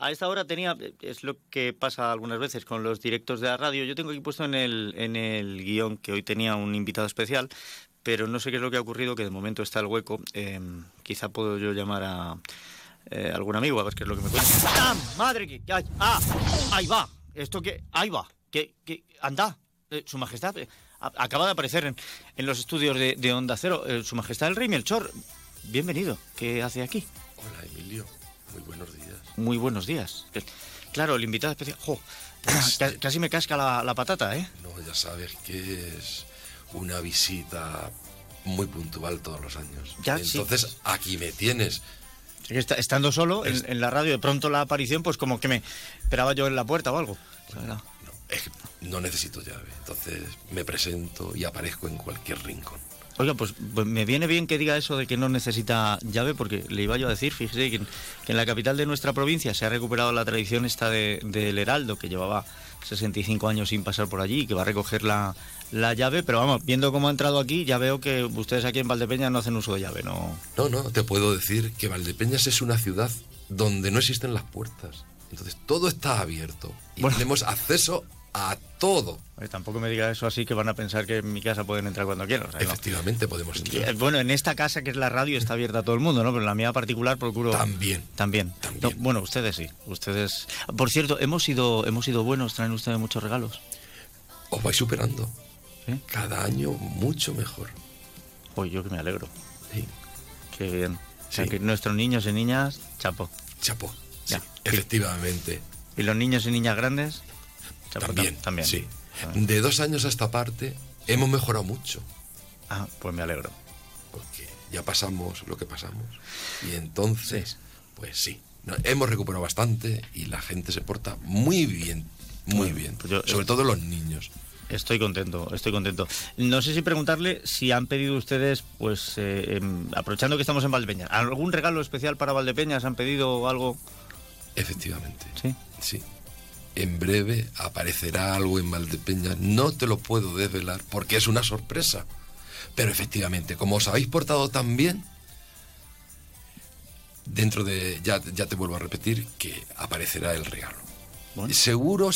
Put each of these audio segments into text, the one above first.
A esta hora tenía, es lo que pasa algunas veces con los directos de la radio, yo tengo aquí puesto en el guión que hoy tenía un invitado especial, pero no sé qué es lo que ha ocurrido, que de momento está el hueco. Quizá puedo yo llamar a algún amigo a ver qué es lo que me cuenta. ¡Ah, madre! ¡Ahí va! ¿Esto qué? ¡Ahí va! ¿Qué? ¡Anda! Su Majestad acaba de aparecer en los estudios de Onda Cero. Su Majestad el Rey Melchor, bienvenido. ¿Qué hace aquí? Hola, Emilio. Muy buenos días. Muy buenos días. Claro, el invitado especial... ¡Jo! Casi me casca la patata, ¿eh? No, ya sabes que es una visita muy puntual todos los años. Ya, entonces, sí. Aquí me tienes. Estando solo en la radio, de pronto la aparición, pues como que me esperaba yo en la puerta o algo. Bueno, es que no necesito llave. Entonces me presento y aparezco en cualquier rincón. Oiga, pues me viene bien que diga eso de que no necesita llave, porque le iba yo a decir, fíjese, que en la capital de nuestra provincia se ha recuperado la tradición esta del Heraldo, que llevaba 65 años sin pasar por allí, y que va a recoger la llave, pero vamos, viendo cómo ha entrado aquí, ya veo que ustedes aquí en Valdepeñas no hacen uso de llave, ¿no? No, te puedo decir que Valdepeñas es una ciudad donde no existen las puertas. Entonces todo está abierto y tenemos acceso a todo. Tampoco me diga eso así, que van a pensar que en mi casa pueden entrar cuando quieran. O sea, efectivamente, no podemos entrar. Bueno, en esta casa que es la radio está abierta a todo el mundo, ¿no? Pero en la mía particular procuro... También. No, bueno, ustedes sí. Ustedes... Por cierto, hemos sido buenos, traen ustedes muchos regalos. Os vais superando. ¿Sí? Cada año mucho mejor. Pues yo que me alegro. Sí. Qué bien. Sí. O sea, que nuestros niños y niñas, chapo. Chapo, sí, efectivamente. ¿Y los niños y niñas grandes? Chapo, también. Sí. De 2 años a esta parte hemos mejorado mucho. Ah, pues me alegro. Porque ya pasamos lo que pasamos. Y entonces, sí. Pues sí, hemos recuperado bastante y la gente se porta muy bien. Muy bien. Pues sobre todo los niños. Estoy contento. No sé si preguntarle si han pedido ustedes, pues, aprovechando que estamos en Valdepeñas, ¿algún regalo especial para Valdepeñas? ¿Han pedido algo? Efectivamente. ¿Sí? Sí. En breve aparecerá algo en Valdepeñas. No te lo puedo desvelar porque es una sorpresa. Pero efectivamente, como os habéis portado tan bien, dentro de... Ya te vuelvo a repetir que aparecerá el regalo. Bueno. Seguro,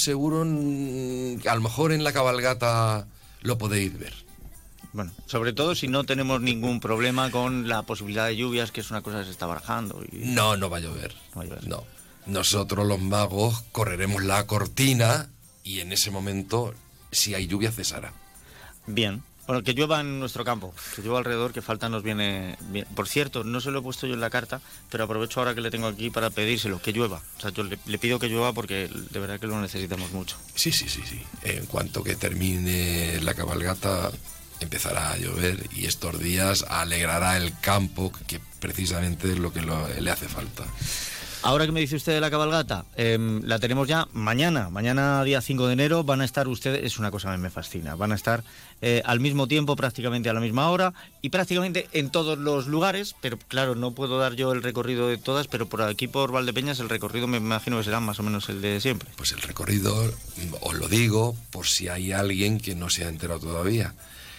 a lo mejor en la cabalgata lo podéis ver. Bueno, sobre todo si no tenemos ningún problema con la posibilidad de lluvias, que es una cosa que se está barajando. No va a llover. No. Nosotros los magos correremos la cortina y en ese momento, si hay lluvia, cesará. Bien. Bueno, que llueva en nuestro campo, que llueva alrededor, que falta nos viene bien. Por cierto, no se lo he puesto yo en la carta, pero aprovecho ahora que le tengo aquí para pedírselo, que llueva. O sea, yo le pido que llueva porque de verdad que lo necesitamos mucho. Sí. En cuanto que termine la cabalgata, empezará a llover y estos días alegrará el campo, que precisamente es lo que le hace falta. Ahora que me dice usted de la cabalgata, la tenemos ya mañana día 5 de enero, van a estar ustedes, es una cosa que me fascina, van a estar al mismo tiempo, prácticamente a la misma hora y prácticamente en todos los lugares, pero claro, no puedo dar yo el recorrido de todas, pero por aquí por Valdepeñas el recorrido me imagino que será más o menos el de siempre. Pues el recorrido, os lo digo, por si hay alguien que no se ha enterado todavía.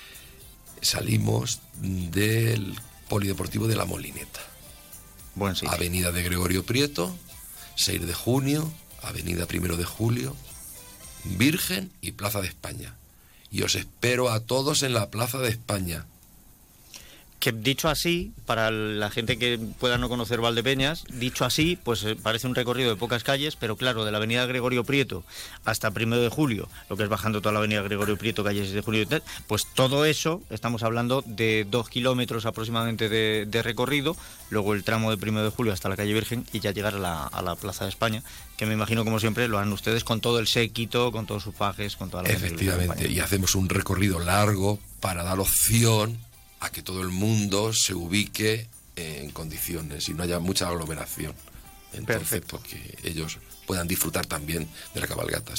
Salimos del Polideportivo de La Molineta. Buen sitio. Avenida de Gregorio Prieto, 6 de junio, Avenida 1 de Julio, Virgen y Plaza de España. Y os espero a todos en la Plaza de España. Que dicho así, para la gente que pueda no conocer Valdepeñas, dicho así, pues parece un recorrido de pocas calles, pero claro, de la avenida Gregorio Prieto hasta 1 de Julio, lo que es bajando toda la avenida Gregorio Prieto, calle 6 de Julio, pues todo eso, estamos hablando de 2 kilómetros aproximadamente de recorrido, luego el tramo de 1 de Julio hasta la calle Virgen y ya llegar a la Plaza de España, que me imagino, como siempre, lo harán ustedes con todo el séquito, con todos sus pajes, con toda la gente. Efectivamente, y hacemos un recorrido largo para dar opción a que todo el mundo se ubique en condiciones y no haya mucha aglomeración. Entonces, porque ellos puedan disfrutar también de la cabalgata.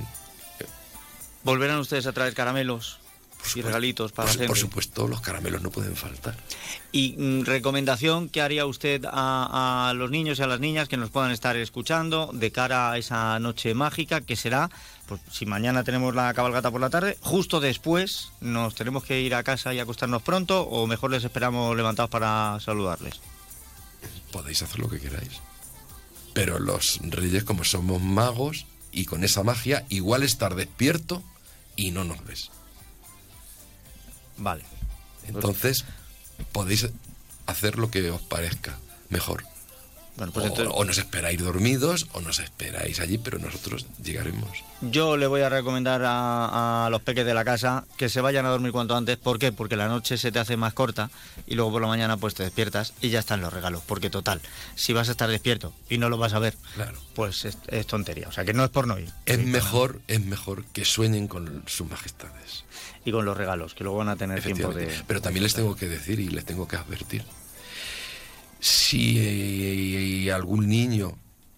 ¿Volverán ustedes a traer caramelos y regalitos para la gente? Por supuesto, los caramelos no pueden faltar. ¿Y recomendación que haría usted a los niños y a las niñas que nos puedan estar escuchando de cara a esa noche mágica, que será, pues si mañana tenemos la cabalgata por la tarde, justo después nos tenemos que ir a casa y acostarnos pronto, o mejor les esperamos levantados para saludarles? Podéis hacer lo que queráis. Pero los reyes, como somos magos, y con esa magia, igual estar despierto y no nos ves. Vale. Entonces, podéis hacer lo que os parezca mejor. Bueno, pues entonces, o nos esperáis dormidos o nos esperáis allí, pero nosotros llegaremos. yo le voy a recomendar a los peques de la casa que se vayan a dormir cuanto antes. ¿Por qué? Porque la noche se te hace más corta y luego por la mañana pues te despiertas y ya están los regalos. Porque total, si vas a estar despierto y no lo vas a ver, Claro. pues es tontería. O sea, que no es por no ir. Es Sí, mejor que sueñen con sus majestades. Y con los regalos, que luego van a tener tiempo de... Pero también les tengo que decir y les tengo que advertir. Si algún niño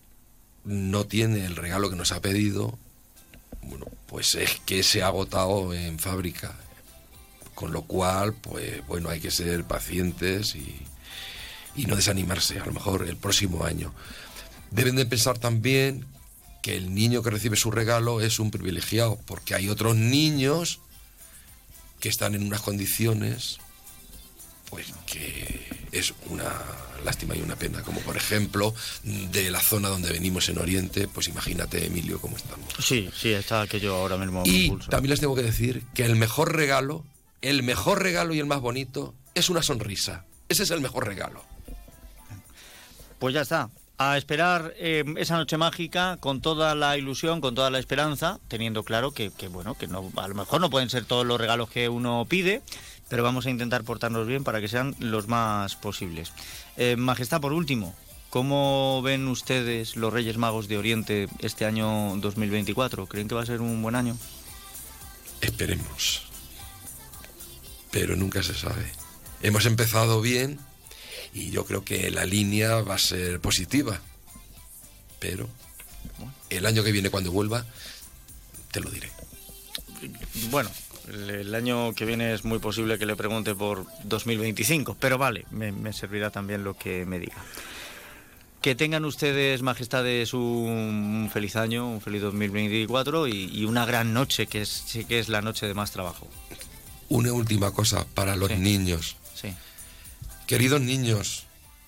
no tiene el regalo que nos ha pedido, bueno, pues es que se ha agotado en fábrica. Con lo cual, pues bueno, hay que ser pacientes y no desanimarse, a lo mejor el próximo año. Deben de pensar también que el niño que recibe su regalo es un privilegiado, porque hay otros niños que están en unas condiciones pues que es una lástima y una pena, como por ejemplo de la zona donde venimos en Oriente, pues imagínate, Emilio, cómo estamos. Sí, está aquello ahora mismo. Y también les tengo que decir que el mejor regalo y el más bonito es una sonrisa. Ese es el mejor regalo. Pues ya está. A esperar esa noche mágica con toda la ilusión, con toda la esperanza, teniendo claro que bueno, que no, a lo mejor no pueden ser todos los regalos que uno pide, pero vamos a intentar portarnos bien para que sean los más posibles. Majestad, por último, ¿cómo ven ustedes los Reyes Magos de Oriente este año 2024? ¿Creen que va a ser un buen año? Esperemos. Pero nunca se sabe. Hemos empezado bien y yo creo que la línea va a ser positiva. Pero el año que viene, cuando vuelva, te lo diré. Bueno, el año que viene es muy posible que le pregunte por 2025, pero vale, me servirá también lo que me diga. Que tengan ustedes, majestades, un feliz año, un feliz 2024 y una gran noche, que sí que es la noche de más trabajo. Una última cosa para los niños. Sí. Queridos niños,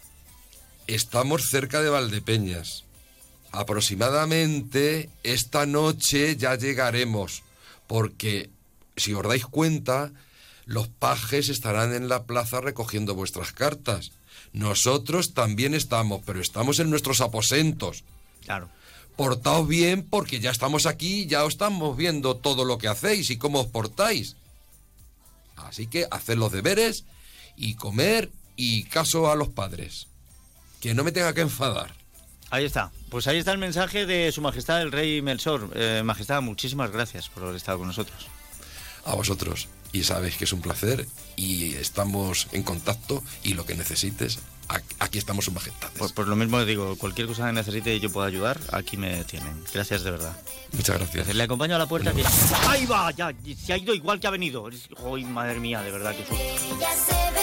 estamos cerca de Valdepeñas. Aproximadamente esta noche ya llegaremos, porque si os dais cuenta, los pajes estarán en la plaza recogiendo vuestras cartas. Nosotros también estamos, pero estamos en nuestros aposentos. Claro. Portaos bien, porque ya estamos aquí, ya os estamos viendo todo lo que hacéis y cómo os portáis. Así que haced los deberes y comer y caso a los padres. Que no me tenga que enfadar. Ahí está. Pues ahí está el mensaje de Su Majestad el Rey Melchor. Majestad, muchísimas gracias por haber estado con nosotros. A vosotros. Y sabéis que es un placer y estamos en contacto y lo que necesites, aquí estamos, Sus Majestades. Pues lo mismo digo, cualquier cosa que necesite y yo pueda ayudar, aquí me tienen. Gracias de verdad. Muchas gracias. Le acompaño a la puerta. Que... ¡Ahí va! Ya, se ha ido igual que ha venido. ¡Ay, madre mía, de verdad que susto!